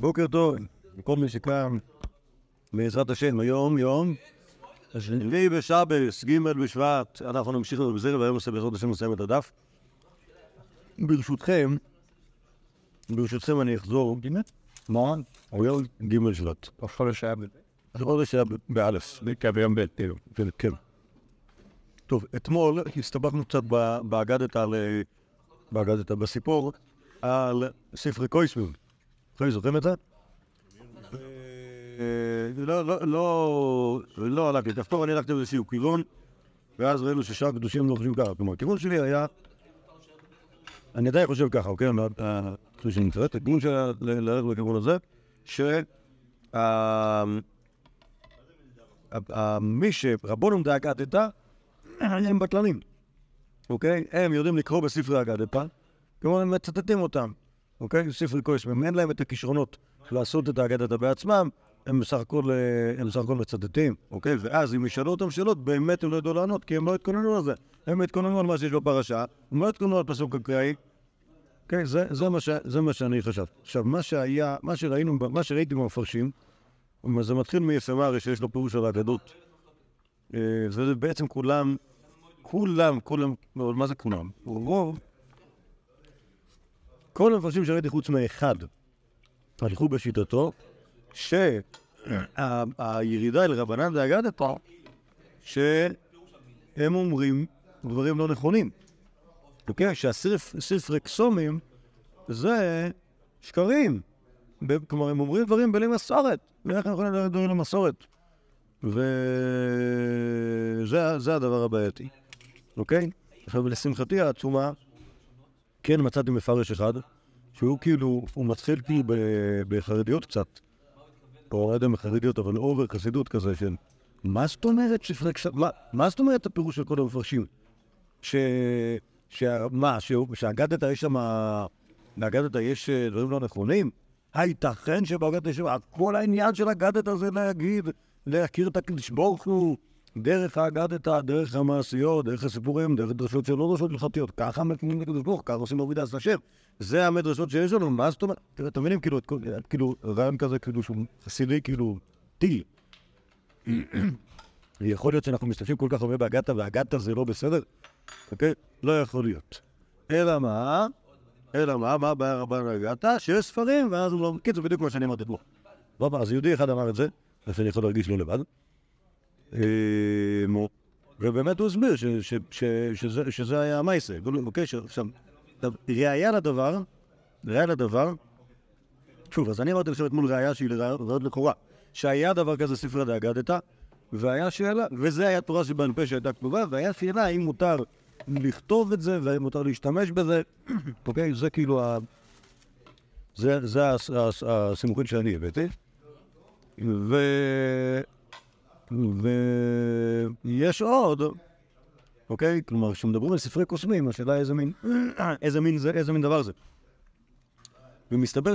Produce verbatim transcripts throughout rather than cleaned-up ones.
בוקר טוב, כל מי שקם, בעזרת השם, היום יום, שביעי בשבס, ג' בשבט, אנחנו נמשיך בזה, והיום נעשה בעזרת השם נסיים את הדף. ברשותכם, ברשותכם אני אחזור, מה? היום ג' שבט. החודש היה החודש היה באלף. ביום ב', כן. טוב, אתמול הסתבכנו קצת באגדת על, באגדת בסיפור, על ספרי קויסמים. אחרי זוכרים את זה? לא, לא, לא, לא הלכתי, כפתור אני הלכתי באיזשהו כיוון, ואז ראינו ששאר הקדושים לא חושבים ככה. כלומר, הכיוון שלי היה, אני עדיין חושב ככה, אוקיי? אני חושב שאני מצטרף, הכיוון שלי היה ללכת לכיוון הזה, שמי שרבונם דאגדתא, הם בטלנים, אוקיי? הם יודעים לקרוא בספרי אגדתא, כלומר הם מצטטים אותם. אוקיי? ספרי קויסמים, אין להם את הכישרונות לעשות את האגדתא בעצמם, הם בסך הכל, הם בסך הכל מצטטים, אוקיי? ואז אם ישאלו אותם שאלות, באמת הם לא ידעו לענות, כי הם לא התכוננו על זה. הם התכוננו על מה שיש בפרשה, הם לא התכוננו על פסוק אקראי. אוקיי? זה, זה מה ש, זה מה שאני חשב. עכשיו, מה שהיה, מה שראינו, מה שראיתי במפרשים, זה מתחיל מיפמרי שיש לו פירוש על האגדות. וזה בעצם כולם, כולם, כולם, מה זה כולם? רוב, כל המפרשים שראיתי חוץ מאחד הלכו בשיטתו שהירידה אל רבנן דאגדתא שהם אומרים דברים לא נכונים. אוקיי? שהספרי קסומים זה שקרים. כלומר, הם אומרים דברים בלי מסורת. ואיך הם יכולים לדבר דברים למסורת? וזה הדבר הבעייתי. אוקיי? עכשיו, לשמחתי העצומה, כן, מצאתי מפרש אחד, שהוא כאילו, הוא מתחיל כאילו בחרדיות קצת, או לא יודע מחרדיות, אבל אובר חסידות כזה של, מה זאת אומרת שפרי קסם, מה, מה זאת אומרת הפירוש של כל המפרשים? ש... מה, שהאגדתא יש שם, באגדתא יש דברים לא נכונים? הייתכן שבאגדתא יש שם, כל העניין של האגדתא זה להגיד, להכיר את הקדוש ברוך הוא, דרך האגדתא, דרך המעשיות, דרך הסיפורים, דרך דרשות שלא דרשות הלכתיות. ככה מקימים לקדוש ברוך, ככה עושים עבודת השם. זה המדרשות שיש לנו, מה זאת אומרת? תראה, אתם מבינים, כאילו, כאילו, רעיון כזה, כאילו, שהוא חסידי, כאילו, טיל. יכול להיות שאנחנו משתמשים כל כך הרבה באגדתא, והאגדתא זה לא בסדר, אוקיי? לא יכול להיות. אלא מה? אלא מה? מה הבעיה רבה באגדתא? שיש ספרים, ואז הוא לא... כן, זה בדיוק מה שאני אמרתי פה. לא, אז יהודי אחד אמר את זה, ואני יכול להרגיש לא לבד. ובאמת הוא הסביר שזה היה המייסה. אוקיי, עכשיו, ראייה לדבר, ראייה לדבר, שוב, אז אני אמרתי לשבת מול ראייה שהיא ראיות לקורה, שהיה דבר כזה ספרי דאגדתא, והיה שאלה, וזה היה תורה שבעל פה שהייתה כתובה, והיה שאלה האם מותר לכתוב את זה, והאם מותר להשתמש בזה, אוקיי, זה כאילו, זה הסימוכין שאני הבאתי, ו... ויש עוד, אוקיי? כלומר, כשמדברים על ספרי קוסמים, השאלה איזה מין, איזה מין זה, איזה מין דבר זה. ומסתבר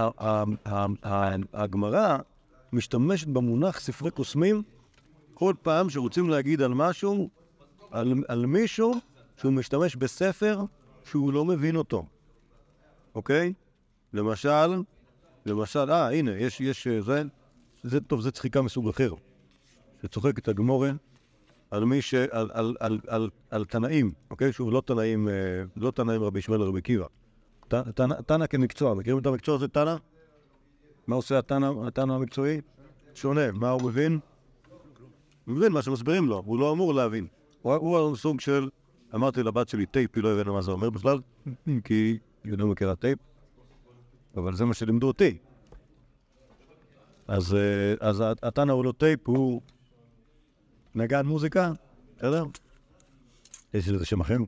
שהגמרא משתמשת במונח ספרי קוסמים כל פעם שרוצים להגיד על משהו, על, על מישהו שהוא משתמש בספר שהוא לא מבין אותו. אוקיי? למשל, למשל, אה, הנה, יש, יש, זה, זה טוב, זה צחיקה מסוג אחר. שצוחק את הגמורה על מי ש... על, על, על, על, על תנאים, אוקיי? שוב, לא תנאים, לא תנאים רבי ישמעאל רבי עקיבא. תנא כמקצוע, מכירים את המקצוע הזה תנא? מה עושה התנא, התנא המקצועי? שונה, מה הוא מבין? הוא מבין מה שמסבירים לו, הוא לא אמור להבין. הוא, הוא סוג של, אמרתי לבת שלי טייפ, היא לא הבינה מה זה אומר בכלל, כי היא לא מכירה טייפ, אבל זה מה שלימדו אותי. אז, אז התנא הוא לא טייפ, הוא נגן מוזיקה, בסדר? יש לזה שם אחר.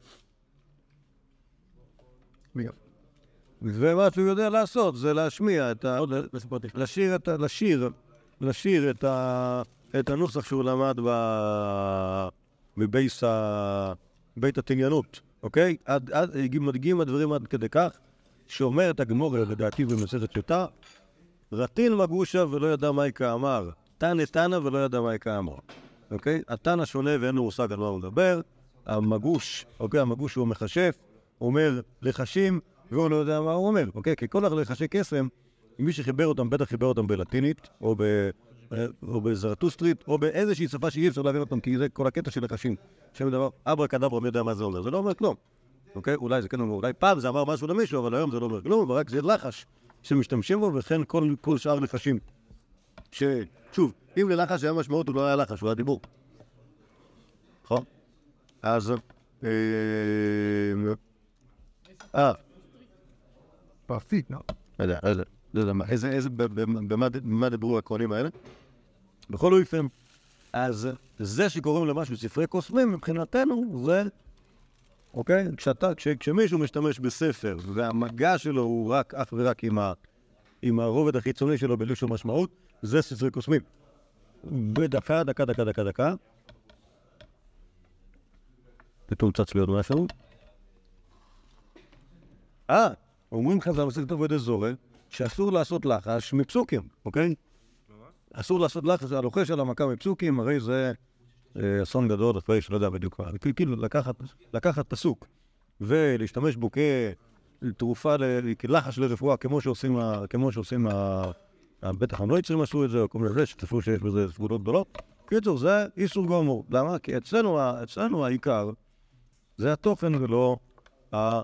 ומה שהוא יודע לעשות זה להשמיע את ה... לשיר את ה... לשיר, לשיר את ה... את הנוסח שהוא למד ב... בבייס ה... בית התעניינות, אוקיי? עד... עד... מדגים הדברים עד כדי כך, שאומר את הגמורה לדעתי במסכת שוטה, רטין מגושה ולא ידע מה כאמר, תנא תנא ולא ידע מה כאמר. אוקיי? התנא שונה ואין לו מושג על מה הוא מדבר, המגוש, אוקיי? המגוש הוא מחשף, אומר לחשים, והוא לא יודע מה הוא אומר, אוקיי? כי כל הלחשי קסם מי שחיבר אותם בטח חיבר אותם בלטינית, או, ב, או בזרטוסטרית, או באיזושהי שפה שאי אפשר להבין אותם, כי זה כל הקטע של לחשים. שם דבר, אברה קדברה, מי יודע מה זה אומר? זה לא אומר כלום. אוקיי? אולי זה כן אומר, אולי פעם זה אמר משהו למישהו, אבל היום זה לא אומר כלום, ורק זה לחש שמשתמשים בו, וכן כל, כל שאר לחשים. ששוב, אם ללחש היה משמעות, הוא לא היה לחש, הוא היה דיבור. נכון? אז... אה... פרסית, לא? לא יודע, לא יודע, איזה, איזה, במה דיברו הכהנים האלה? בכל אופן, אז זה שקוראים למשהו ספרי קוסמים, מבחינתנו, זה... אוקיי? כשאתה, כש, כשמישהו משתמש בספר, והמגע שלו הוא רק, אך ורק עם, ה, עם הרובד החיצוני שלו בלי שום משמעות, זה ספרי קוסמים. בדקה, דקה, דקה, דקה, דקה. פתאום צץ לי עוד משהו. אה, אומרים לך, זה מסכת עבודת זורע, שאסור לעשות לחש מפסוקים, אוקיי? אסור לעשות לחש, הלוחש על המכה מפסוקים, הרי זה אסון גדול, אחרי שלא יודע בדיוק מה. כאילו, לקחת, לקחת פסוק ולהשתמש בו כתרופה, כלחש לרפואה, כמו שעושים, כמו שעושים, בטח הם לא יצרים עשו את זה, או כמו לזה, שתפו שיש בזה סגולות גדולות. קיצור, זה איסור גמור. למה? כי אצלנו, אצלנו העיקר זה התוכן ולא ה...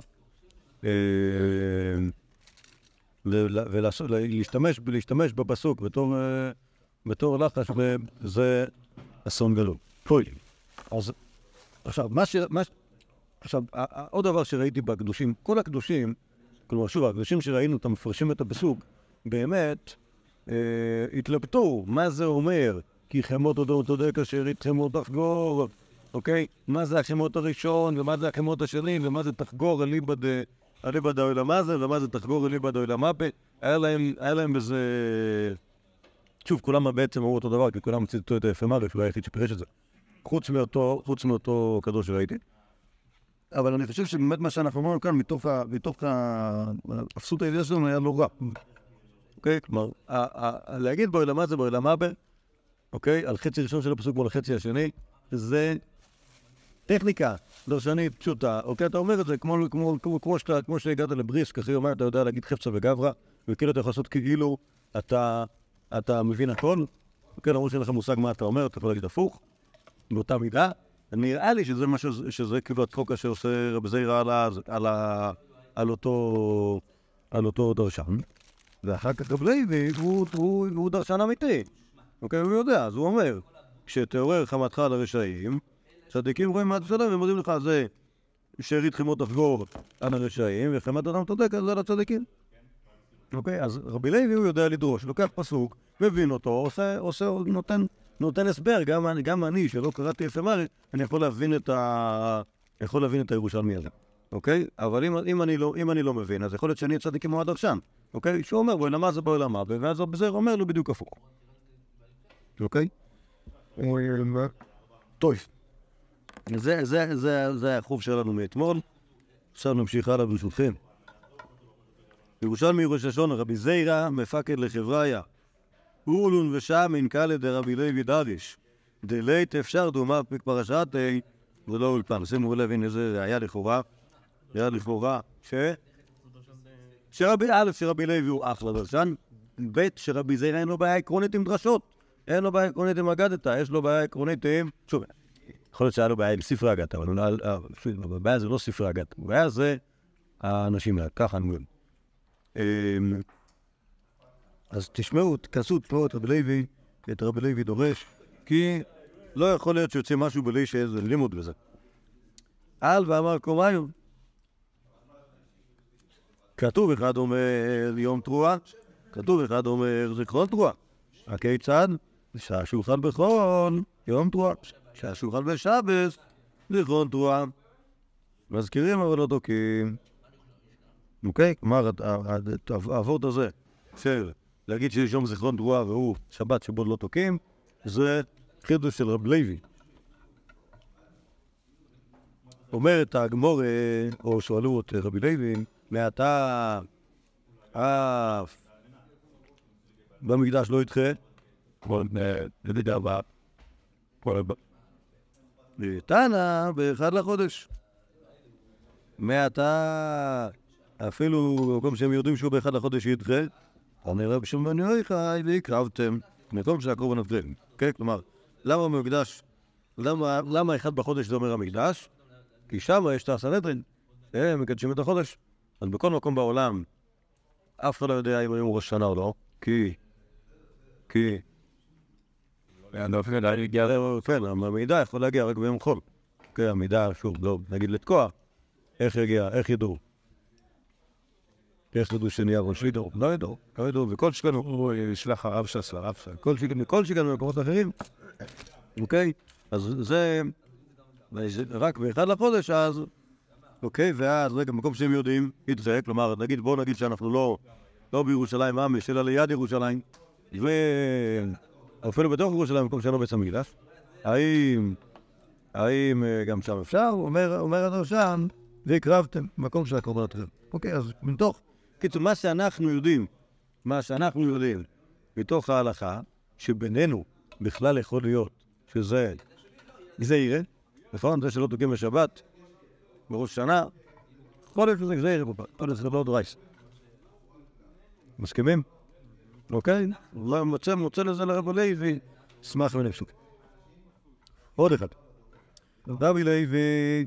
ולהשתמש, להשתמש בפסוק בתור, בתור לחש, זה אסון גדול. אז עכשיו, מה ש... עכשיו, עוד דבר שראיתי בקדושים, כל הקדושים, כלומר, שוב, הקדושים שראינו אותם מפרשים את הפסוק, באמת התלבטו מה זה אומר, כי חמות אותו תודה כאשר יתחמות תחגור, אוקיי? מה זה החמות הראשון, ומה זה החמות השני, ומה זה תחגור אליבא אליבא דאוילם הזה, ומה זה תחגור אליבא דאוילם הפה. היה להם, היה להם בזה... שוב, כולם בעצם אמרו אותו דבר, כי כולם ציטטו את האפמרי, שהוא היחיד שפירש את זה. חוץ מאותו, חוץ מאותו קדוש שראיתי. אבל אני חושב שבאמת מה שאנחנו אומרים כאן, מתוך ה... מתוך האפסות הידיעה שלנו היה לא רע. אוקיי? כלומר, להגיד באוילם הזה, באוילם הפה, אוקיי? על חצי ראשון של הפסוק ועל החצי השני, זה טכניקה דרשנית פשוטה. אוקיי? אתה אומר את זה כמו, כמו, כמו, כמו, שאתה, כמו שהגעת לבריסק, אחרי אומר, אתה יודע להגיד חפצה וגברה, וכאילו אתה יכול לעשות כאילו אתה, אתה מבין הכל. אוקיי? למרות שאין לך מושג מה אתה אומר, אתה יכול להגיד הפוך, באותה מידה. נראה לי שזה משהו, שזה כאילו הצחוק שעושה רבי זיירא על, על, על, אותו, על אותו דרשן. ואחר כך רבי לוי הוא, הוא, הוא דרשן אמיתי. אוקיי? הוא יודע, אז הוא אומר, כשתעורר חמתך על הרשעים, צדיקים רואים מה תשלם, והם אומרים לך, זה שארית חמות תחגור על הרשעים, וחמת אדם תודק, אז זה על הצדיקים. אוקיי? אז רבי לוי הוא יודע לדרוש, לוקח פסוק, מבין אותו, עושה, עושה, נותן, נותן הסבר, גם, גם אני, שלא קראתי אפמרי, אני יכול להבין את ה... יכול להבין את הירושלמי הזה. אוקיי? אבל אם, אם, אני לא, אם אני לא מבין, אז יכול להיות שאני צדיק כמו הדרשן. אוקיי? שהוא אומר, בואי, למה זה בואי למה, ואז בזה הוא אומר לו בדיוק הפוך. אוקיי? טוב. זה, זה, זה, זה החוב שלנו מאתמול. עכשיו נמשיך הלאה ברשותכם. ירושלמי ראש השונה, רבי זיירא מפקד לחבריה. אורלון ושמין קאלה דרבי לוי דריש. דלית אפשר דומה בפרשת זה לא אולפן. שימו לב, הנה זה היה לכאורה. היה לכאורה ש... שרבי א' שרבי לוי הוא אחלה דרשן. ב' שרבי זיירא אין לו בעיה עקרונית עם דרשות. אין לו בעיה עקרונית עם אגדתא. יש לו בעיה עקרונית עם... שוב, יכול להיות שהיה לו בעיה עם ספרי אגדתא, אבל הבעיה זה לא ספרי אגדתא. הבעיה זה האנשים האלה. ככה אני מבין. אז תשמעו, תכנסו פה את רבי לוי, את רבי לוי דורש, כי לא יכול להיות שיוצא משהו בלי שאיזה לימוד בזה. על ואמר קומיון, כתוב אחד אומר יום תרועה, כתוב אחד אומר זיכרון תרועה. הכיצד? שהשולחן בכל יום תרועה, שהשולחן בשבת זיכרון תרועה. מזכירים אבל לא תוקים. אוקיי? כלומר, העבוד הזה, של להגיד שיש יום זיכרון תרועה והוא שבת שבו לא תוקים, זה חידוש של רבי לוי. אומרת הגמרא, או שואלו את רבי לוי, מעתה אף במקדש לא ידחה, נדע הבא, תנא באחד לחודש. מעתה אפילו במקום שהם יודעים שהוא באחד לחודש ידחה, אני רב שום בני חי והקרבתם מקום של הקורבן הבדלים. כן? כלומר, למה המקדש, למה, למה אחד בחודש זה אומר המקדש? כי שם יש את הסנהדרין, הם מקדשים את החודש. אז בכל מקום בעולם, אף אחד לא יודע אם היום ראש שנה או לא, כי... כי... כן, המידע יכול להגיע רק ביום חול. כן, המידע, שוב, לא, נגיד לתקוע, איך יגיע, איך ידעו? איך ידעו שנהיה ראש ידעו? לא ידעו, לא ידעו, וכל שכנו, הוא ישלח הרב שס לרב שס, כל שכנו במקומות אחרים, אוקיי? אז זה, רק באחד לחודש, אז, אוקיי, ואז, רגע, מקום שהם יודעים, ידחה, כלומר, נגיד, בואו נגיד שאנחנו לא, לא בירושלים, ממש, אלא ליד ירושלים, ואפילו בתוך ירושלים, מקום שאינו בית המקדש, האם, האם גם שם אפשר? אומר, אומר אותו שם, והקרבתם, מקום של הקורבנות. אוקיי, אז מתוך, קיצור, מה שאנחנו יודעים, מה שאנחנו יודעים, מתוך ההלכה, שבינינו בכלל יכול להיות, שזה, זה יראה, נכון? זה שלא תוקעים בשבת, בראש שנה, יכול להיות שזה יראה, יכול להיות שזה לא דורייס. מסכימים? אוקיי? מוצא, מוצא לזה לרב לוי, שמח ונפסוק. עוד אחד. רבי לוי,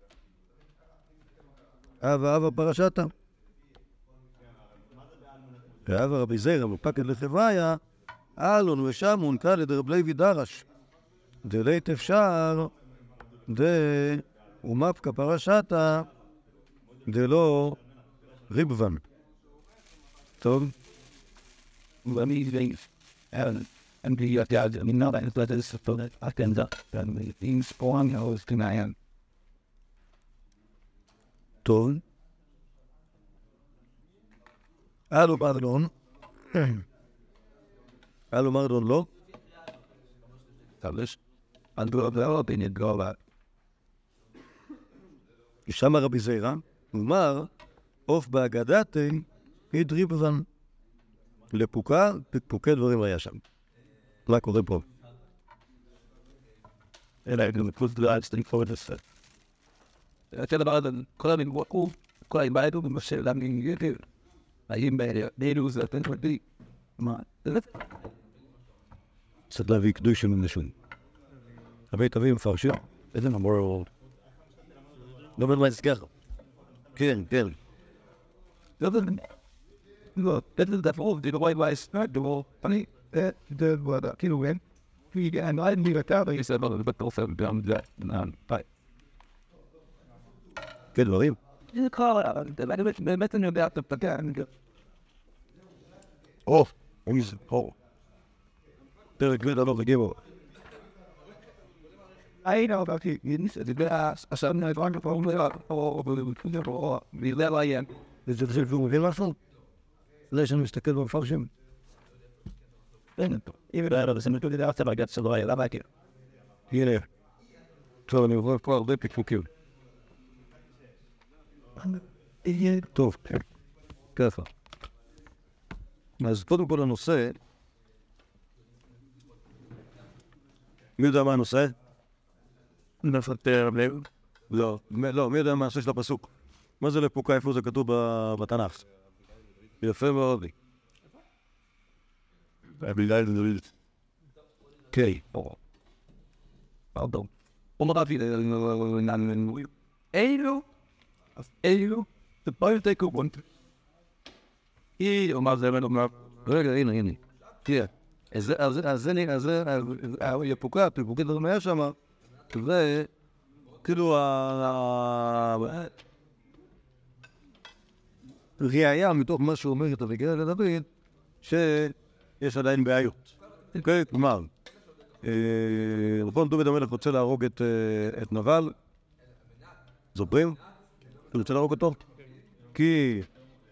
אבא אבא פרשתה. ואבא רבי זרע בפקד לחבריה, אלון ושמון קל לדרב לוי דרש. דלית אפשר, דאומפקה פרשתה, דלא ריבבן. טוב? ואני אבייף. En die had ja, I mean, now that that is so that I can that and the things spawn house tonight. טוב. אלו מרדון. אלו מרדון לא. תלש. אני לא יודע אם נתגור לה. שם רבי זירא, אומר, אוף באגדתי, הדריבבן. לפוקה, פוקה דברים היה שם. מה קורה פה? אלא גם פלוס דלעד סטריק פורט לסת. אתה דבר הזה, כל המין וואקו, כל היבאדו במשל למין יותר. האם באלו זה אתם חודי? מה? זה זה? צריך להביא קדוש של מנשון. תביא תביא מפרשים. איזה נמור... לא מבין מה זה ככה. כן, כן. זה זה... לא, זה זה דפור, זה לא וייס, דבור, אני... זה וואדה, כאילו אין. אני אין לי יותר, אני אעשה לו בטרופר, גם זה, ביי. כן, דברים. זה קורה, באמת אני יודע, אתה פתקה, אני גם... או, איזה, או. פרק בית הלוך הגיבו. היינו, אמרתי, זה בא, עכשיו נעבר לפעמים ליד, או מילה לעיין. וזה חושב שהוא מבין משהו? זה שאני מסתכל במפרשים. אין אותו. אם לא היה זה נתון לדעת את המגד שלו היה, למה כאילו? הנה. טוב, אני רואה פה הרבה פקפוקים. טוב, ככה. אז קודם כל הנושא... מי יודע מה הנושא? נפטר לב? לא, לא, מי יודע מה הנושא של הפסוק? מה זה לפוקה, איפה זה כתוב בתנ"ך? יפה מאוד לי. בגלל זה דוד. כן. פרדום. אומר רבי, אילו, אילו, זה בא יותר קורבן. היא אומר זה, אומר, רגע, הנה, הנה. תראה, אז זה, אז זה, יפוקה, פוקה דברים היה שם, זה, כאילו, ראיה מתוך מה שאומרת אביגיל לדוד, שיש עדיין בעיות. אוקיי? כלומר, נכון, דוד המלך רוצה להרוג את נבל, זוכרים? הוא רוצה להרוג אותו? כי...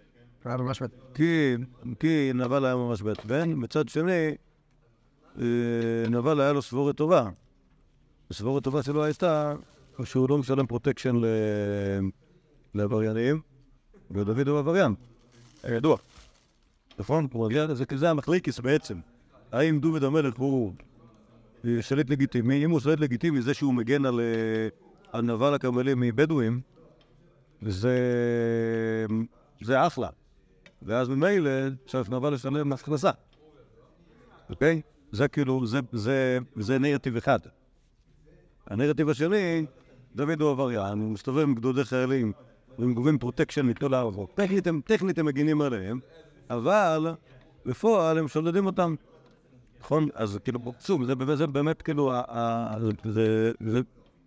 כי נבל היה ממש בעצבן, מצד שני, נבל היה לו סבורת טובה. הסבורת טובה שלו הייתה שהוא לא משלם פרוטקשן לעבריינים, ודוד הוא עבריין, ידוע. נכון? זה המחליקס בעצם. האם דוד המלך הוא שליט לגיטימי? אם הוא שליט לגיטימי, זה שהוא מגן על נבל הכרמלי מבדואים, זה אחלה. ואז ממילא צריך נבוא לשלם מס הכנסה. אוקיי? זה כאילו, זה, זה, זה נרטיב אחד. הנרטיב השני, דוד הוא עבריין, הוא מסתובב עם גדודי חיילים, והם גובים פרוטקשן מכל הערבות. טכנית, טכנית הם מגינים עליהם, אבל בפועל הם שולדים אותם. נכון? אז כאילו, בקצום, זה, זה באמת כאילו, זה, זה,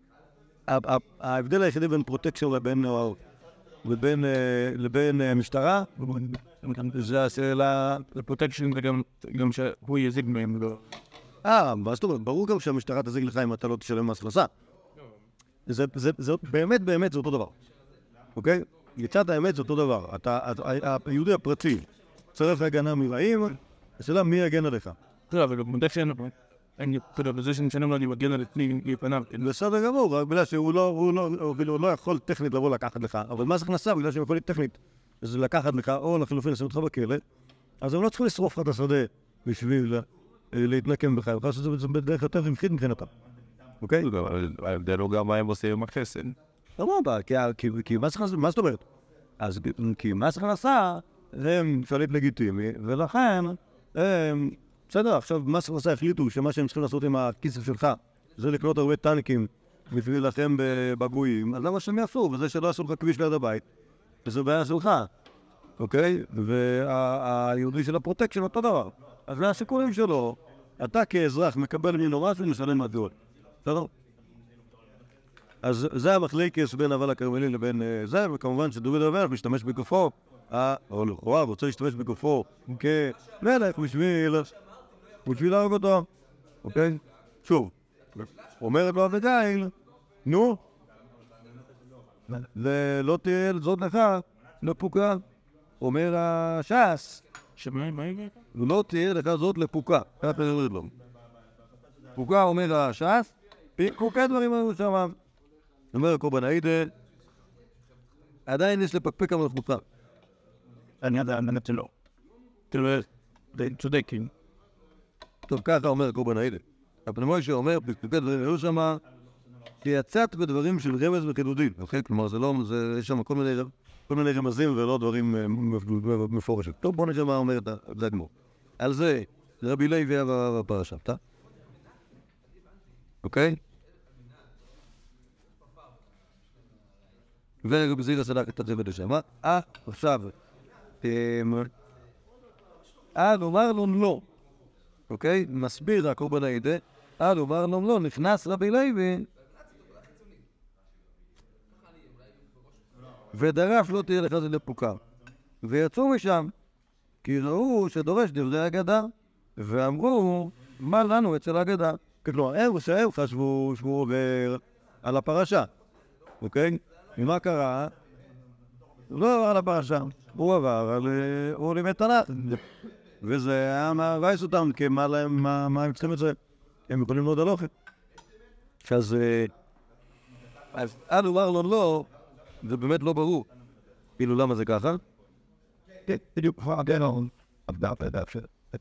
ההבדל היחידי בין פרוטקשן לבין, לבין, לבין משטרה, זה השאלה, פרוטקשן וגם גם שהוא יזיג מהם. אה, זאת אומרת, ברור גם שהמשטרה תזיג לך אם אתה לא תשלם מס הכנסה. זה, זה, זה, באמת, באמת זה אותו דבר. אוקיי? יצאת האמת זה אותו דבר. אתה, היהודי הפרטי צריך הגנה מרעים, השאלה מי יגן עליך. לא, אבל פרוטקשן, אני פרוטקשן שאני לא מגן על עצמי פניו. בסדר גמור, רק בגלל שהוא לא, הוא לא, הוא לא יכול טכנית לבוא לקחת לך, אבל מס הכנסה, בגלל שהם יכולים טכנית, זה לקחת לך, או לחלופין לשים אותך בכלא, אז הם לא צריכים לשרוף לך את השדה בשביל להתנקם בך, בכלל שזה בדרך יותר רווחית מבחינתם. אוקיי? ההבדל הוא גם מה הם עושים עם הכסף. לא רבה, כי מס הכנסה, מה זאת אומרת? אז כי מס הכנסה הם שליט לגיטימי, ולכן הם... בסדר, עכשיו מס הכנסה החליטו שמה שהם צריכים לעשות עם הכסף שלך זה לקנות הרבה טנקים בשביל להילחם בגויים, אז למה שהם יעשו? וזה שלא יעשו לך כביש ליד הבית, וזה בעיה שלך, אוקיי? והיהודי של הפרוטקשן אותו דבר. אז זה הסיכונים שלו, אתה כאזרח מקבל ממנו משהו ומשלם מהדיון. בסדר? אז זה המחלקת בין אבל הכרמלי לבין זה, וכמובן שדוד המלך משתמש בגופו, או לכאורה רוצה להשתמש בגופו כמלך בשביל... בשביל להרוג אותו, אוקיי? שוב, אומרת לו אביגיל, נו, ולא תהיה זאת לך, לפוקה. אומר הש"ס, שמה, מה יהיה? לא תהיה לך זאת לפוקה. ככה תגיד לו. פוקה אומר הש"ס, פיקוקה דברים היו שם. אומר הקורבן העידה, עדיין יש לפקפק על פוקה. אני יודע, אני נתן לו. תראה, די צודקים. טוב, ככה אומר הקורבן העידה. אבל מוישה אומר, פקפקי דברים היו שם, שיצאת בדברים של רמז וחידודים. כלומר, זה לא, יש שם כל מיני, כל מיני רמזים ולא דברים מפורשים. טוב, בוא נשאר מה אומר את זה הגמור. על זה, רבי לוי בפרשה, אתה? אוקיי? ורבי זירא סלח את זה ולשמה. אה, עכשיו, אה, נאמר לו לא. אוקיי? מסביר הקורבן העידה, אה, נאמר לו לא, נכנס רבי לוי ודרש לא תהיה לך זה לפוקה. ויצאו משם, כי ראו שדורש דברי אגדה, ואמרו, מה לנו אצל אגדה? כלומר, הם חשבו שהוא עובר על הפרשה, אוקיי? ומה קרה? הוא לא עבר על הפרשה, הוא עבר על... הוא לימד תנ"ך. וזה היה מבייס אותם, כי מה להם, מה הם צריכים את זה? הם יכולים ללמוד על אוכל. אז... אז עד הוא אמר לו לא, זה באמת לא ברור. כאילו למה זה ככה? בדיוק כבר הגן על עבדה בדף.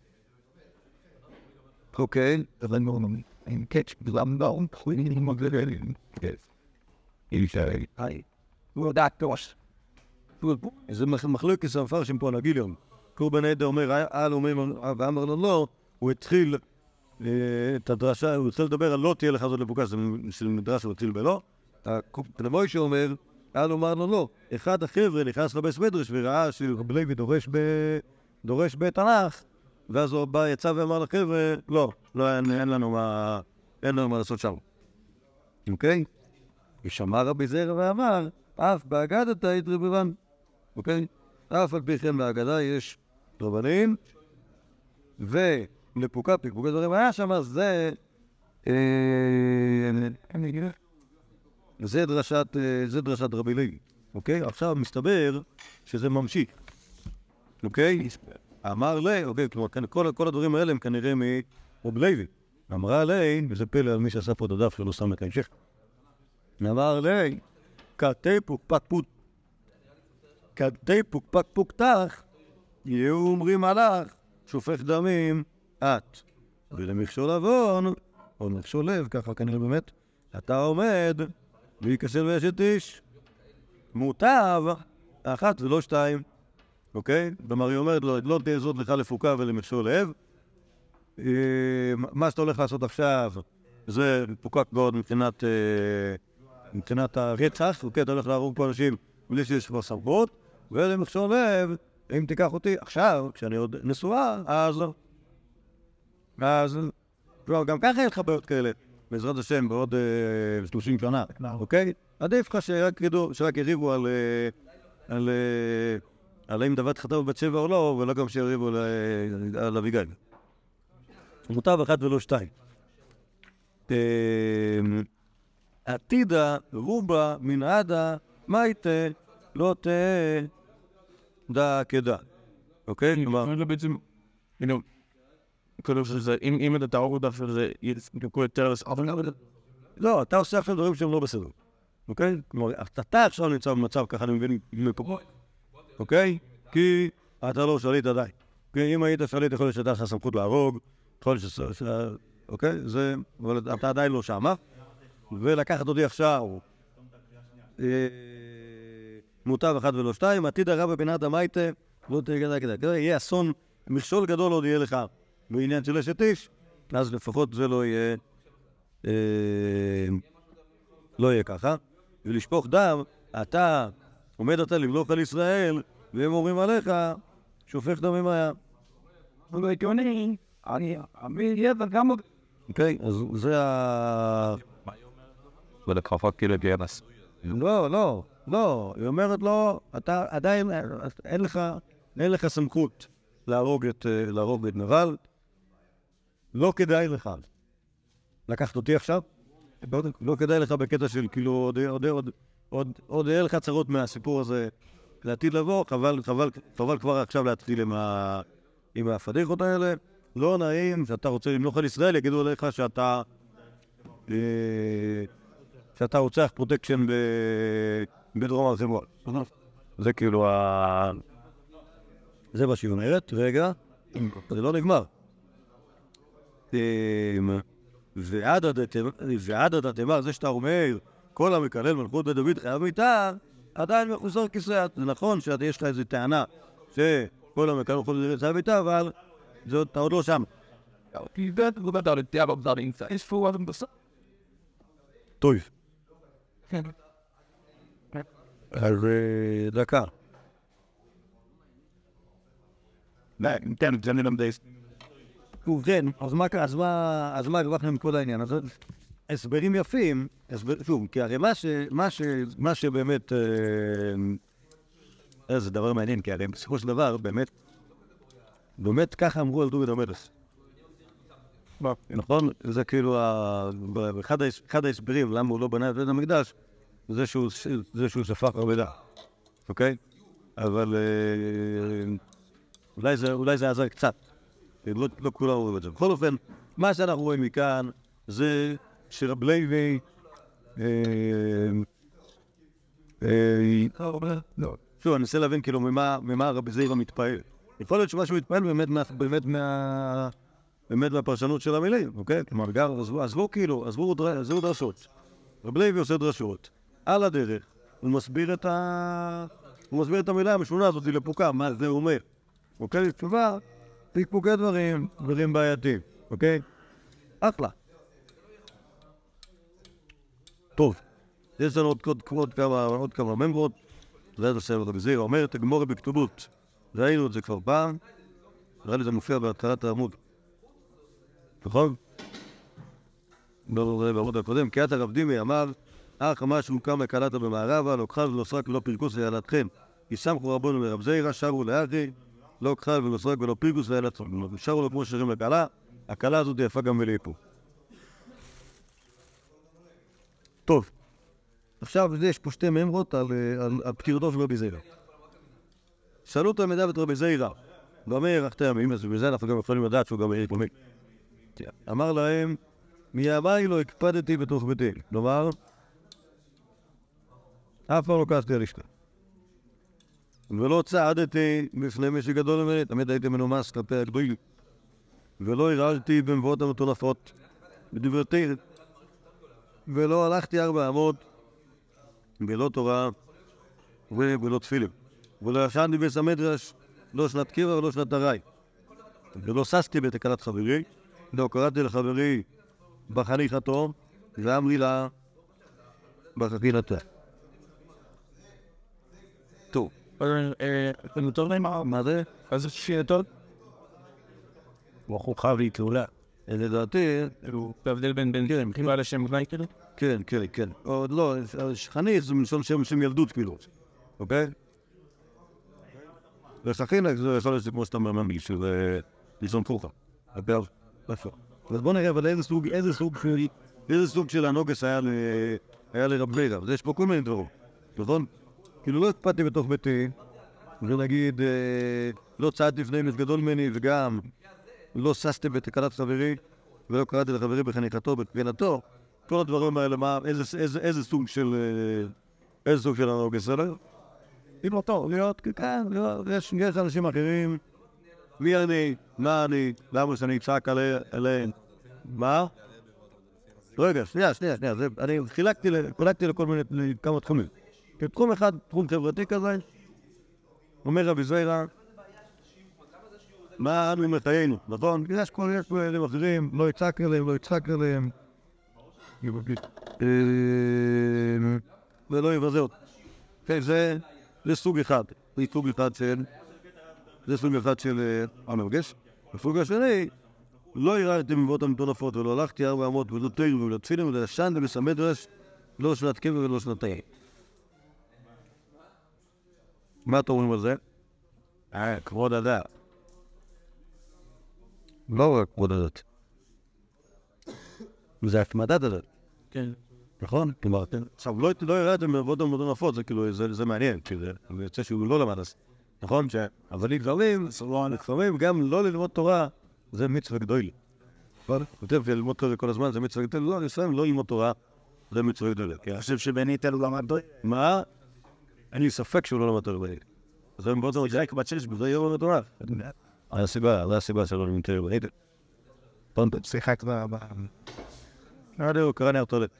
אוקיי. זה לא נורמלי. אין קץ בלמדון, פלינים מגלגלים. אי אפשר. היי. הוא יודע תוס. זה מחלוקת המפרשים פה על הגיליון. קורבן העידה אומר, על אומר, ואמר לו לא, הוא התחיל את הדרשה, הוא התחיל לדבר על לא תהיה לך זאת לפוקה, של מדרש הוא התחיל בלא. מוישה אומר, על אומר לו לא, אחד החבר'ה נכנס לבית מדרש וראה שרבי לוי דורש ב... דורש בתנ"ך, ואז הוא בא, יצא ואמר לחבר'ה, לא, לא, אין, אין לנו מה, אין לנו מה לעשות שם. אוקיי? ושמע רבי זירא ואמר, אף באגדת היית רבבן. אוקיי? אף על פי כן בהגדה יש רבנים, ולפוקה, פקפוקי דברים היה שם, זה... זה דרשת, זה דרשת רבי לוי. אוקיי? עכשיו מסתבר שזה ממשיך. אוקיי? אמר לי, אוקיי, כלומר, כל, כל הדברים האלה הם כנראה מרבי לוי. אמרה לי, וזה פלא על מי שעשה פה את הדף שלא שם את ההמשך. אמר לי, כתי פוקפק פוק, כתי פוקפק פוקתך, יהיו אומרים עלך, שופך דמים, את. ולמכשול עוון, או מכשול לב, ככה כנראה באמת, אתה עומד, ויקסל וישת איש. מוטב, אחת ולא שתיים. אוקיי? כלומר, היא אומרת לו, לא תהיה זאת לך לפוקה ולמכשול לב. מה שאתה הולך לעשות עכשיו, זה פוקק מאוד מבחינת, מבחינת הרצח, אוקיי? אתה הולך להרוג פה אנשים בלי שיש כבר סמכות, ולמכשול לב, אם תיקח אותי עכשיו, כשאני עוד נשואה, אז לא. אז, גם ככה יש לך בעיות כאלה, בעזרת השם, בעוד שלושים שנה, אוקיי? עדיף לך שרק יריבו על... על... על האם דוד חטא בבת שבע או לא, ולא גם שיריבו על אביגיל. מוטב אחת ולא שתיים. עתידה, רובה, מנעדה, מייתה, לא תהיה דא כדא. אוקיי? כלומר... זה בעצם, כאילו שזה, אם אתה תהרוג אותה שזה יקרו יותר לסער, לא, אתה עושה עכשיו דברים שהם לא בסדר. אוקיי? כלומר, אתה עכשיו נמצא במצב ככה, אני מבין, מפה. אוקיי? כי אתה לא שליט עדיין. כי אם היית שליט, יכול להיות שאתה לך סמכות להרוג, יכול להיות ש... אוקיי? זה... אבל אתה עדיין לא שמה. ולקחת אותי עכשיו, מוטב אחת ולא שתיים, עתיד הרבה בפינת המייטה, לא תגדה כדה. יהיה אסון, מכשול גדול עוד יהיה לך בעניין של אשת איש, אז לפחות זה לא יהיה... לא יהיה ככה. ולשפוך דם, אתה עומד אתה למלוך על ישראל, והם אומרים עליך, שופך דם ממיה. אוקיי, אז זה ה... ולכפות כאילו גרס. לא, לא, לא. היא אומרת לו, אתה עדיין, אין לך, אין לך סמכות להרוג את, להרוג את נבל. לא כדאי לך. לקחת אותי עכשיו? לא כדאי לך בקטע של כאילו עוד, עוד, עוד, עוד, עוד יהיה לך צרות מהסיפור הזה לעתיד לבוא, חבל, חבל, חבל כבר עכשיו להתחיל עם, ה, עם הפדיחות האלה. לא נעים שאתה רוצה למלוך על ישראל, יגידו עליך שאתה, אה, שאתה רוצח פרוטקשן ב, בדרום הר חברון. זה כאילו ה... זה מה שהיא אומרת, רגע, זה לא נגמר. ועד עד התיבה, זה שאתה אומר, כל המקלל מלכות בדוד חייב מיתה, עדיין מחוסר כיסא. זה נכון שיש לך איזו טענה שכל המקלל מלכות בדוד חייב מיתה, אבל אתה עוד לא שם. טוב. אז דקה. ובכן, אז מה, אז מה, אז מה הרווחנו מכל העניין? אז הסברים יפים, שוב, כי הרי מה ש, מה ש, מה שבאמת, אה, זה דבר מעניין, כי הרי בסופו של דבר, באמת, באמת ככה אמרו על דוד המלך. נכון? זה כאילו, אחד ההסברים למה הוא לא בנה את בית המקדש, זה שהוא שפך הרבה דם, אוקיי? אבל אולי זה עזר קצת. לא, לא כולם רואים את זה. בכל אופן, מה שאנחנו רואים מכאן זה שרב לוי שוב, אני אנסה להבין כאילו ממה רבי זעירא מתפעל. יכול להיות שמשהו מתפעל באמת באמת מהפרשנות של המילים, אוקיי? כלומר, עזבו כאילו, עזבו דרשות. רב לוי עושה דרשות. על הדרך, הוא מסביר את ה... הוא מסביר את המילה המשונה הזאת לפוקה, מה זה אומר. אוקיי? תשובה, תקפוקי דברים, דברים בעייתיים, אוקיי? אחלה. טוב, יש לנו עוד כמה, עוד כמה ממרות. זה בסדר, רבי זעירא אומר, תגמורי בכתובות. ראינו את זה כבר פעם. נראה לי זה מופיע בהתחלת העמוד. נכון? לא, לא, בעמוד הקודם. כי את הרב דימי אמר, אך משהו קם לקלטה במערבה, לא כחל ולא סרק ולא פרקוס לילדכם. כי שמחו רבנו מרב זעירא, שרו לאחי, לא כחל ולא סרק ולא פרקוס לילדכם. שרו לו כמו שרים לקלה, הקלה הזאת יפה גם ולהיפו. טוב. עכשיו יש פה שתי ממרות על, על, על פטירתו של רבי זעירא. שאלו תלמידיו את רבי זעירא, במה הארכת ימים? אז בזה אנחנו גם יכולים לדעת שהוא גם האריך ימים. אמר להם, מימיי לא הקפדתי בתוך ביתי. כלומר, אף פעם לא כעסתי על אשתי. ולא צעדתי בפני מי שגדול ממני, תמיד הייתי מנומס כלפי הגדולים. ולא הרעלתי במבואות המטונפות, בדברתי, ולא הלכתי ארבע אמות, בלא תורה ובלא תפילים. ולא ישנתי בבית המדרש לא שנת קבע ולא שנת ארעי. ולא ששתי בתקנת חברי, לא קראתי לחברי בחניכתו, ואמרי לה בחכינתה. טוב. אתם יותר להם מה זה? אז שיטות? הוא חייב להתעולה. לדעתי, בהבדל בין בין כן, חיבה לשם גנאי כאילו? כן, כן, כן. עוד לא, חניך זה מלשון שם שם ילדות כאילו. אוקיי? וחכינק זה יכול להיות כמו שאתה אומר ממי, שזה לישון חוכה. אגב, איפה? אז בוא נראה, אבל איזה סוג, איזה סוג של, איזה סוג של הנוגס היה ל... היה לרב מאיר. אז יש פה כל מיני דברים, נכון? כאילו לא הקפדתי בתוך ביתי, ונגיד, לא צעדתי לפני מס גדול ממני, וגם לא ששתי בתקנת חברי, ולא קראתי לחברי בחניכתו, בתפילתו. כל הדברים האלה, מה, איזה, איזה, איזה סוג של, איזה סוג של הנוגס, בסדר? אם לא טוב, להיות, כן, יש, יש אנשים אחרים, מי אני, מה אני, למה שאני אצעק עליהם, מה? רגע, שנייה, שנייה, שנייה, זה, אני חילקתי, חילקתי לכל מיני, לכמה תחומים. תחום אחד, תחום חברתי כזה, אומר רבי זיירה, מה אנו מחיינו, נכון? יש כל מיני אחרים, לא יצעק עליהם, לא יצעק עליהם, ולא יבזה אותם. זה... זה סוג אחד, זה סוג אחד של, זה סוג אחד של הנוגס. הסוג השני, לא ירדתי מבואות המטונפות ולא הלכתי ארבע אמות ולא תיר ולא תפילין ולא ישן ולסמד רש, לא שנת קבע ולא שנתיים. מה אתם אומרים על זה? אה, כבוד הדת. לא רק כבוד הדת. זה התמדת הדת. כן. נכון? כלומר, עכשיו, לא ירדתם מבואות המטונפות, זה כאילו, זה מעניין, כי זה יוצא שהוא לא למד אז. נכון? אבל לפעמים, לפעמים גם לא ללמוד תורה, זה מצווה גדולה. נכון? יותר ללמוד תורה כל הזמן, זה מצווה גדולה. לא, לפעמים לא ללמוד תורה, זה מצווה גדולה. אני חושב שבני תל הוא למד תורה. מה? אין לי ספק שהוא לא למד תורה בני. אז הם בעוד זה רק בת שש, וזה יום למד תורה. זה הסיבה, זה הסיבה שלא למד תורה בני. פונטות. שיחק ב... נראה לי, הוא קרא נער תולת.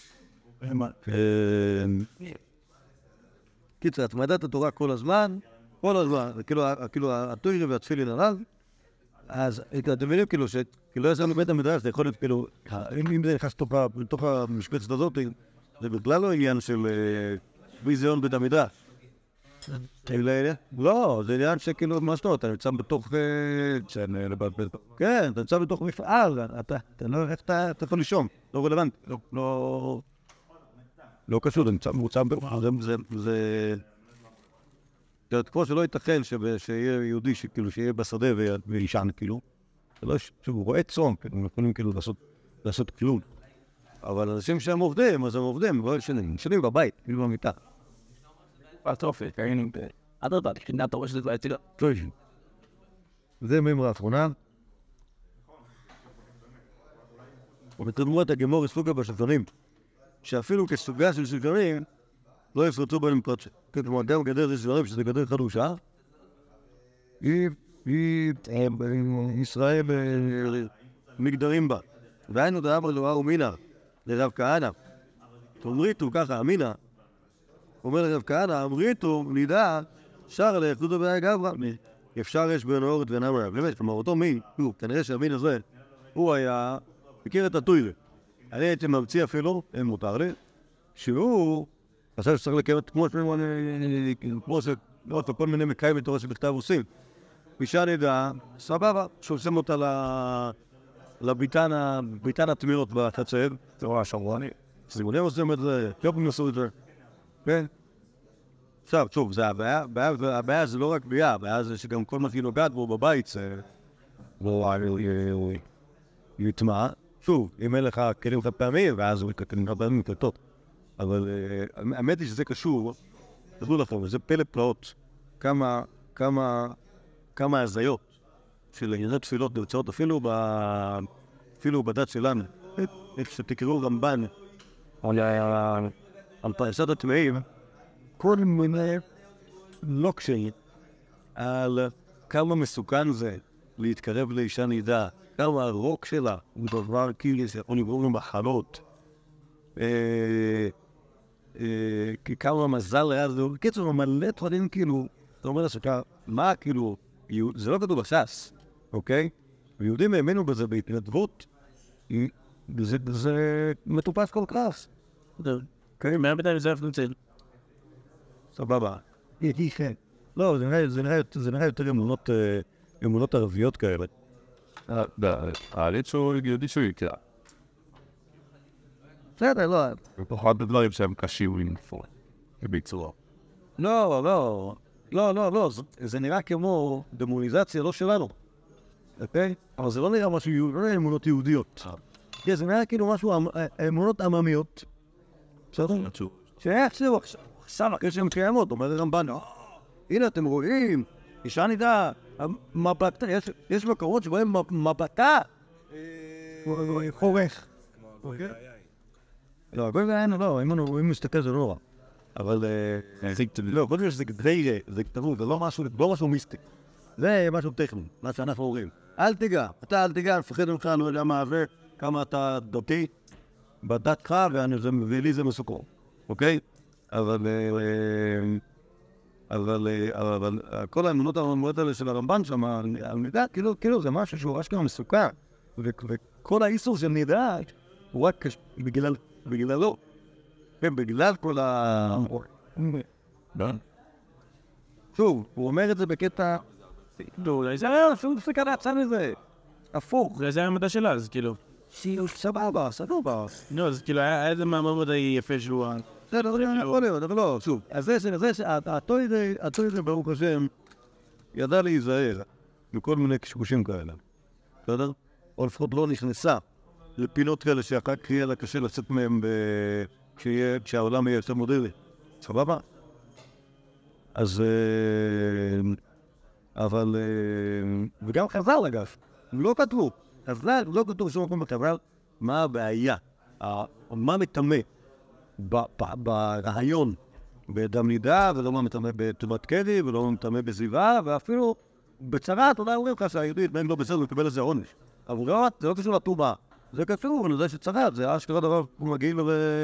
קיצר, התמדת התורה כל הזמן, כל הזמן, כאילו התוירה והתפילין עליו, אז אתם מבינים כאילו שלא יצאנו בית המדרש, זה יכול להיות כאילו, אם זה נכנס לתוך המשבצת הזאת, זה בכלל לא עניין של ביזיון בית המדרש. לא, זה עניין שכאילו, מה שאתה אומר, אתה נמצא בתוך... כן, אתה נמצא בתוך מפעל, אתה לא, איך אתה יכול לישון, לא רלוונטי, לא... לא קשור, זה נמצא ברמה, זה... זה כמו שלא ייתכן שיהיה יהודי שכאילו שיהיה בשדה וישן כאילו. זה לא שהוא רואה צום, הם יכולים כאילו לעשות כלום. אבל אנשים שהם עובדים, אז הם עובדים, הם ישנים בבית, כאילו במיטה. פטרופי, היינו ב... עד רבה, תשכינה אתה רואה שזה כבר יצילה. זה מימרה האחרונה. ובתרמות הגמור סוגה בשלטונים. שאפילו כסוגה של שלטונים לא יפרצו בהם פרצה. כלומר, גם גדר זה שלטונים, שזה גדר חדושה, היא, היא, ישראל מגדרים בה. והיינו דאמר לו ומינה, לרב כהנא. אמריתו ככה, אמינה, אומר לרב כהנא, אמריתו, נדע, שר ליחדותו בעיה גברא. אפשר יש בין אורת ונאמר. באמת, כלומר, אותו מי, הוא, כנראה שהמין הזה, הוא היה, מכיר את התוירה. אני הייתי ממציא אפילו, אם מותר לי, שהוא חשב שצריך לקיים את כמו שכל מיני מקיים בתורה שבכתב עושים. אישה נדע, סבבה, שולחים אותה לביתן התמירות בחצר, תורה שמרני. סימונים עושים את זה, יופים עשו את זה. כן? עכשיו, שוב, זה הבעיה, הבעיה זה לא רק בעיה, הבעיה זה שגם כל מה שהיא נוגעת בו בבית זה לא יטמע. שוב, אם אין לך כלים חד פעמים, ואז הוא כלים חד פעמים יותר טוב. אבל האמת היא שזה קשור, תדעו לכם, זה פלא פלאות, כמה, כמה, כמה הזיות של ענייני תפילות נמצאות אפילו ב... אפילו בדת שלנו. איך שתקראו רמב"ן, על פרשת הטמאים, כל מיני לוקשים על כמה מסוכן זה להתקרב לאישה נידה, כמה הרוק שלה הוא דבר כאילו שיכול לגרום למחלות, כמה מזל היה זה, קיצור, מלא דברים כאילו, אתה אומר לסוכה, מה כאילו, זה לא כתוב בש"ס, אוקיי? ויהודים האמינו בזה בהתנדבות, זה מטופס כל כך. כן, מה בינתיים זה אפילו צל? סבבה. לא, זה נראה יותר אמונות ערביות כאלה. העלית שהוא יהודי שהוא יקרא. בסדר, לא. ופחות בדברים שהם קשים לנפור. בביצוע. לא, לא. לא, לא, לא. זה נראה כמו דמוניזציה, לא שלנו. אוקיי? אבל זה לא נראה משהו, לא נראה אמונות יהודיות. זה נראה כאילו משהו, אמונות עממיות. בסדר? שאיך זהו עכשיו, אחרי שהן קיימות, אומר הרמב"ן, הנה אתם רואים, אישה נידה, מבטה, יש מקומות שבהם מבטה חורך. לא, גוי ואין, לא, אם מסתכל זה לא רע. אבל, לא, קודם שזה גדרי, זה כתבו, זה לא משהו מיסטי. זה משהו טכני, מה שאנחנו אומרים. אל תיגע, אתה אל תיגע, מפחד ממך, לא יודע מה זה, כמה אתה דתי, בדתך, ולי זה מסוכר, אוקיי? אבל, אבל, אבל, כל האמונות המאמרות האלה של הרמב"ן שם, הנידה, כאילו, כאילו, זה משהו שהוא אשכרה מסוכר, וכל האיסור של נידה, הוא רק בגלל, בגללו, בגלל כל ה... שוב, הוא אומר את זה בקטע... אולי זה היה אפילו דפקה להצע לזה. הפוך. זה היה המדע שלה, אז כאילו... סבבה, סבבה. לא, אז כאילו היה איזה מאמר מדעי יפה שהוא... זה לא יכול להיות, אבל לא, שוב. אז זה שהטוירה, ברוך השם, ידע להיזהר בכל מיני קשקושים כאלה. בסדר? או לפחות לא נכנסה לפינות כאלה שאחר כך יהיה לה קשה לצאת מהם כשהעולם יהיה יותר מודרני. סבבה? אז... אבל... וגם חז"ל אגב, לא כתבו. חז"ל לא כתוב שום מקום בחז"ל מה הבעיה, מה מטמא ברעיון בדם נידה, ולא מה מטמא בטומאת קרי, ולא מה מטמא בזיווה, ואפילו בצרת, אולי אומרים לך שהיהודית, בין לא בסדר, מקבל איזה עונש. אבל זה לא קשור לטומאה. זה קשור, אני יודע שצרת, זה אשכרה דבר מגעיל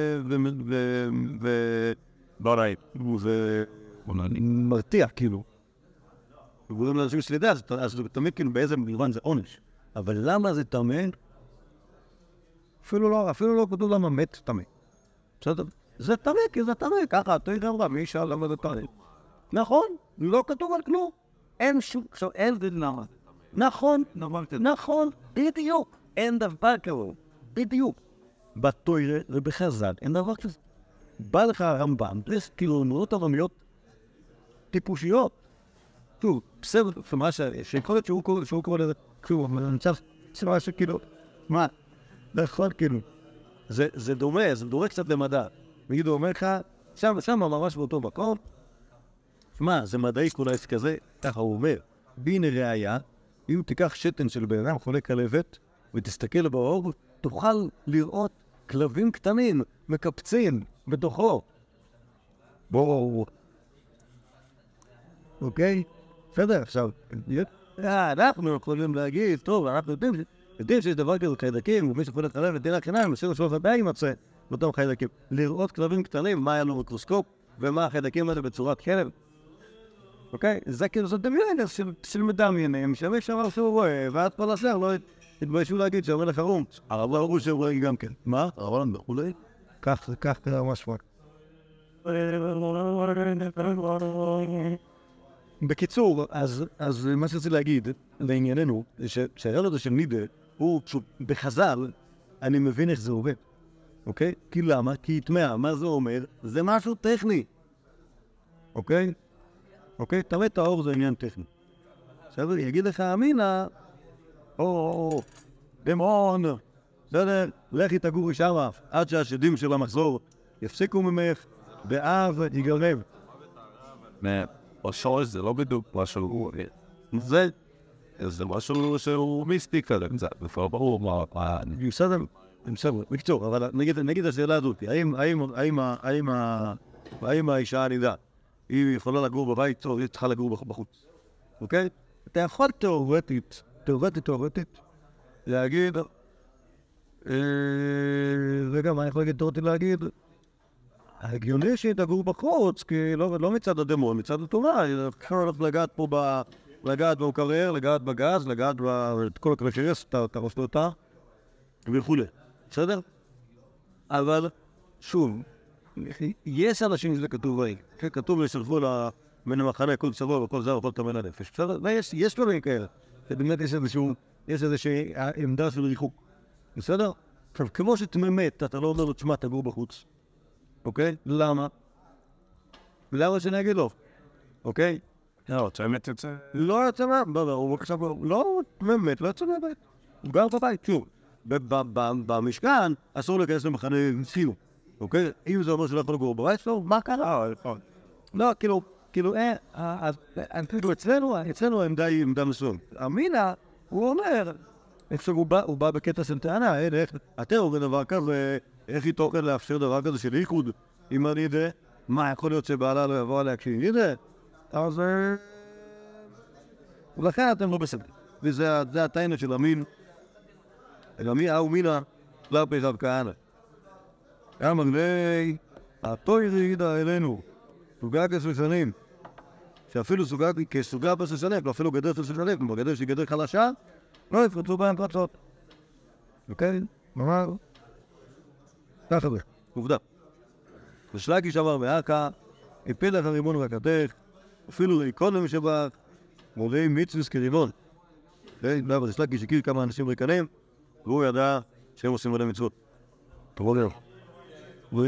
ו... לא נעים. ומרתיע, כאילו. וגורם לאנשים שלידה, אז זה תמיד כאילו באיזה מובן זה עונש. אבל למה זה תמה? אפילו לא, אפילו לא כתוב למה מת תמה. בסדר? זה תמה, כי זה תמה, ככה, אתה יודע רב, מי שאל למה זה תמה. נכון, לא כתוב על כלום. אין שום, עכשיו אין זה למה. נכון, נכון, בדיוק. אין דבר כזה, בדיוק. בתוירה ובחז"ל, אין דבר כזה. בא לך הרמב"ם, זה כאילו אמונות עממיות טיפושיות. שוב, בסדר, מה שיכול להיות שהוא קורא לזה, שוב, אני נמצא סבבה שכאילו, מה? נכון, כאילו. זה דומה, זה דומה קצת למדע. נגיד, הוא אומר לך, שם, שם ממש באותו מקום, מה, זה מדעי כולי כזה, ככה הוא אומר, והנה ראיה, אם תיקח שתן של בן אדם חולה כלבת, ותסתכל באור, תוכל לראות כלבים קטנים, מקפצים בתוכו. בואו. אוקיי? בסדר, עכשיו, אנחנו יכולים להגיד, טוב, אנחנו יודעים שיש דבר כזה חיידקים, ומי שיכול להתעלם לדין החיניים, משהו שלוש הבעיה יימצא באותם חיידקים. לראות כלבים קטנים, מה היה לו מיקרוסקופ, ומה החיידקים האלה בצורת כלב. אוקיי? זה כאילו, זה דמיון של מדמיינים, שמי שאמר שהוא רואה, ועד כל השאר לא התביישו להגיד שאומר לך רום. הרב לא שהוא רואה גם כן. מה? הרב לא וכולי? כך, זה כך כזה ממש פרק. בקיצור, אז מה שרציתי להגיד לענייננו, שהרעיון הזה של נידה, הוא פשוט בחז"ל, אני מבין איך זה עובד, אוקיי? כי למה? כי יתמאה, מה זה אומר? זה משהו טכני, אוקיי? אוקיי? תראה את האור זה עניין טכני. בסדר? יגיד לך אמינה, או, דמון, בסדר? לכי תגורי שמה, עד שהשדים של המחזור יפסיקו ממך, באב יגרב. השורש זה לא בדיוק משהו, זה, זה משהו שהוא מיסטי כזה קצת, לפעמים ברור מה... בסדר, בסדר, בקצור, אבל נגיד השאלה הזאת, האם האישה הנידה, היא יכולה לגור בבית או היא צריכה לגור בחוץ, אוקיי? אתה יכול תיאורטית, תיאורטית, תיאורטית, להגיד, רגע, מה אני יכול להגיד תיאורטית להגיד? הגיוני שהיא תגור בחוץ, כי לא, לא מצד הדמון, מצד התורה, אפשר לגעת פה לגעת במקרר, לגעת בגז, לגעת את כל הקרקרס, את הרפתותה, וכולי. בסדר? אבל, שוב, יש אנשים שזה כתוב בהם. כתוב לשלחו מן המחנה כל צבוע וכל זר וכל תמל הנפש. בסדר? ויש דברים כאלה. באמת יש איזשהו, יש איזושהי עמדה של ריחוק. בסדר? עכשיו, כמו שתממת, אתה לא אומר לו, תשמע, תגור בחוץ. אוקיי? למה? למה שאני אגיד לו? אוקיי? לא, תאמת יוצא... לא יוצא מהבית, הוא עכשיו, לא, באמת, לא יוצא מהבית. הוא גר בבית, שוב. במשכן אסור להיכנס למחנה סיום, אוקיי? אם זה אומר שלא יכול לגור בבית שלו, מה קרה? לא, כאילו, כאילו, אצלנו, אצלנו העמדה היא עמדה מסוים. אמינה, הוא אומר, הוא בא בקטע של טענה, איך, אתם אומרים דבר כזה, איך היא תוכל לאפשר דבר כזה של איחוד, אם אני יודע, מה יכול להיות שבעלה לא יבוא עליה כשאני יודע? אז... ולכן אתם לא בסדר. וזה הטענה של אמין, אלא אהו מינה, כלפי רב כהנא. אמר לי, התוירי ידע אלינו, סוגה כסושנים, שאפילו סוגה כסוגה בסושנים, אפילו גדר של סושנים, כמו גדר שהיא גדר חלשה, לא יפרצו בהם פרצות. אוקיי? ממש? ככה זה, עובדה. ושלקיש אמר מאקה, הפיל לך רימון רכתך, אפילו ריקונם שבח, מולי מצווס כרימון. אוקיי? לא, אבל שלקיש הכיר כמה אנשים ריקנים, והוא ידע שהם עושים מלא מצוות. תבוא לב. ו...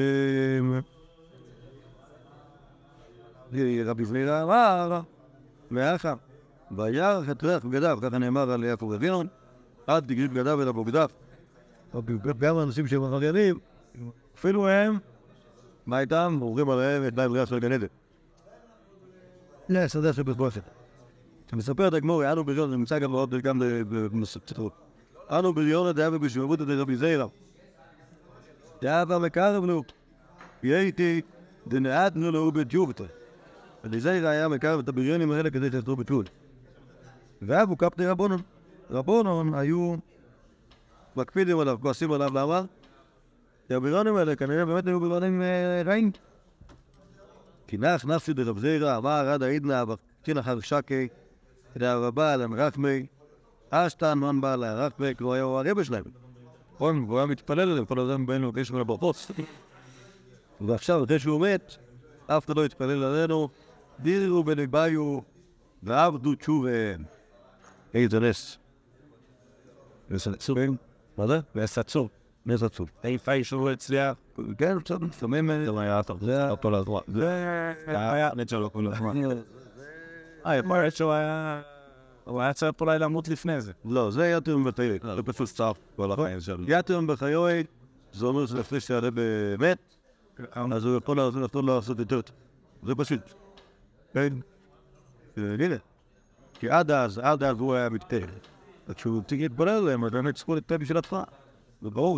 רבי זמירה אמר, מאחה, וירח את ריח בגדיו, ככה נאמר על יעקב אבינו, עד תגריד בגדיו אל הבוגדיו. גם האנשים שהם עבריינים, אפילו הם, מה איתם? אומרים עליהם את בהם ריח של גן עדן. לא, סדר של בזבושת. מספר את הגמורי, אנו בריון, זה נמצא גם מאוד גם במספצתות. אנו בריון דאבה בשבבות את רבי זירא. דאבה מקרב לו, יהייתי דנעדנו לו בתיובתו. רבי זירא היה מקרב את הבריונים האלה כדי שיעשו בתיובתו. ואבו קפטי רבונון. רבונון היו מקפידים עליו, כועסים עליו, למה? כי הבריונים האלה כנראה באמת היו בריונים רעים. כי נח נפשי דרב זירא, אמר עד העידנא, בקטין אחר שקי, דאבה בעל הנרחמי, אשתן מן בעל הרחמי, כמו היה הרבה שלהם. והוא היה מתפלל עליהם, כל הזמן באים לבקש ממנו ברכות. ועכשיו, אחרי שהוא מת, אף אחד לא התפלל עלינו, דירו בנביו, ועבדו תשוביהם. איזה נס. וסצור. מה זה? וסצור. נס עצור. איפה אישור הצליח? כן, קצת מסתמם. זה לא היה טוב. זה היה אותו לזרוע. זה היה נצ'לו כל הזמן. אה, יכול להיות שהוא היה... הוא היה צריך אולי למות לפני זה. לא, זה יתרם בחיי. זה פשוט סטאפ כל החיים שלו. יתרם בחיי, זה אומר שלפני שיעלה באמת, אז הוא יכול לעשות יותר. זה פשוט. כן? הנה. כי עד אז, עד אז הוא היה מתפלל. וכשהוא צריך להתפלל עליהם, אז באמת צריכו להתפלל בשבילתך. וברור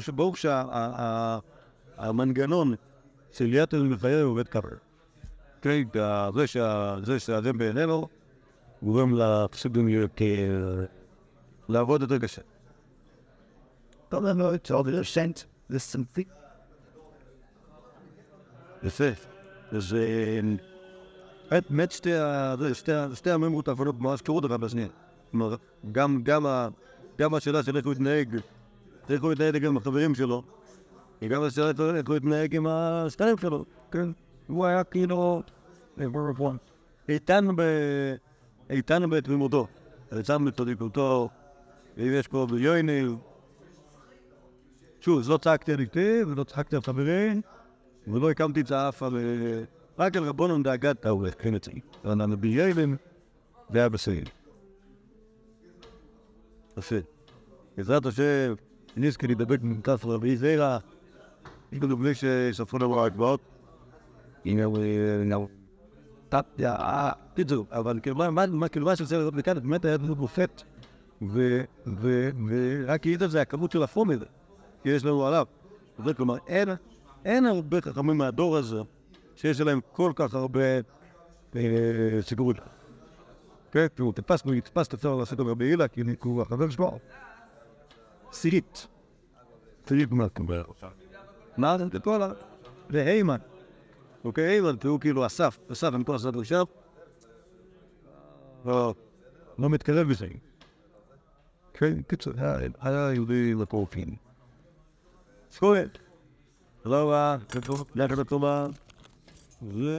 שהמנגנון של יתרם בחיי הוא עובד ככה. כן, זה שהאדם בעינינו, גורם לפסודים לעבוד יותר קשה. טוב, אני לא יודע, זה סנט, זה סנטי. יפה. אז באמת שתי הממרות האחרונות ממש קרות אחת בשנייה. כלומר, גם השאלה של איך הוא התנהג, איך הוא התנהג גם עם החברים שלו, וגם השאלה איך הוא התנהג עם השתנים שלו. כן, הוא היה כאילו... איתן ב... איתן בתמימותו, איתן בתודיקותו, ואם יש פה ביוינים, שוב, אז לא צעקתי על איתי, ולא צחקתי על חברין, ולא הקמתי את האף על... רק על רבונון דאגת העורך, כן אצלי. אבל ביוינים, זה היה בסדר. יפה. בעזרת השם, נזכה להידבק ממקף רבי זירא, כאילו בלי שספרו לנו ההקבעות. הנה הוא... קיצור, אבל כאילו מה שעושה לראות מכאן, באמת היה דמות מופת, ורק ידע זה הכמות של החומר שיש לנו עליו. כלומר, אין הרבה חכמים מהדור הזה שיש להם כל כך הרבה סיפורים. כן, תראו, תפסנו, תפסת אפשר לעשות עם רבי הילה, כי הוא החבר שלו. סירית. סירית מה כמובן. מה זה? כל ה... והימן. אוקיי, אבל תראו כאילו אסף, אסף, אני פה אסף ראשון. לא מתקרב בזה. כן, קיצור, היה יהודי לפורפין. סקורת. תודה רבה. לכת טובה.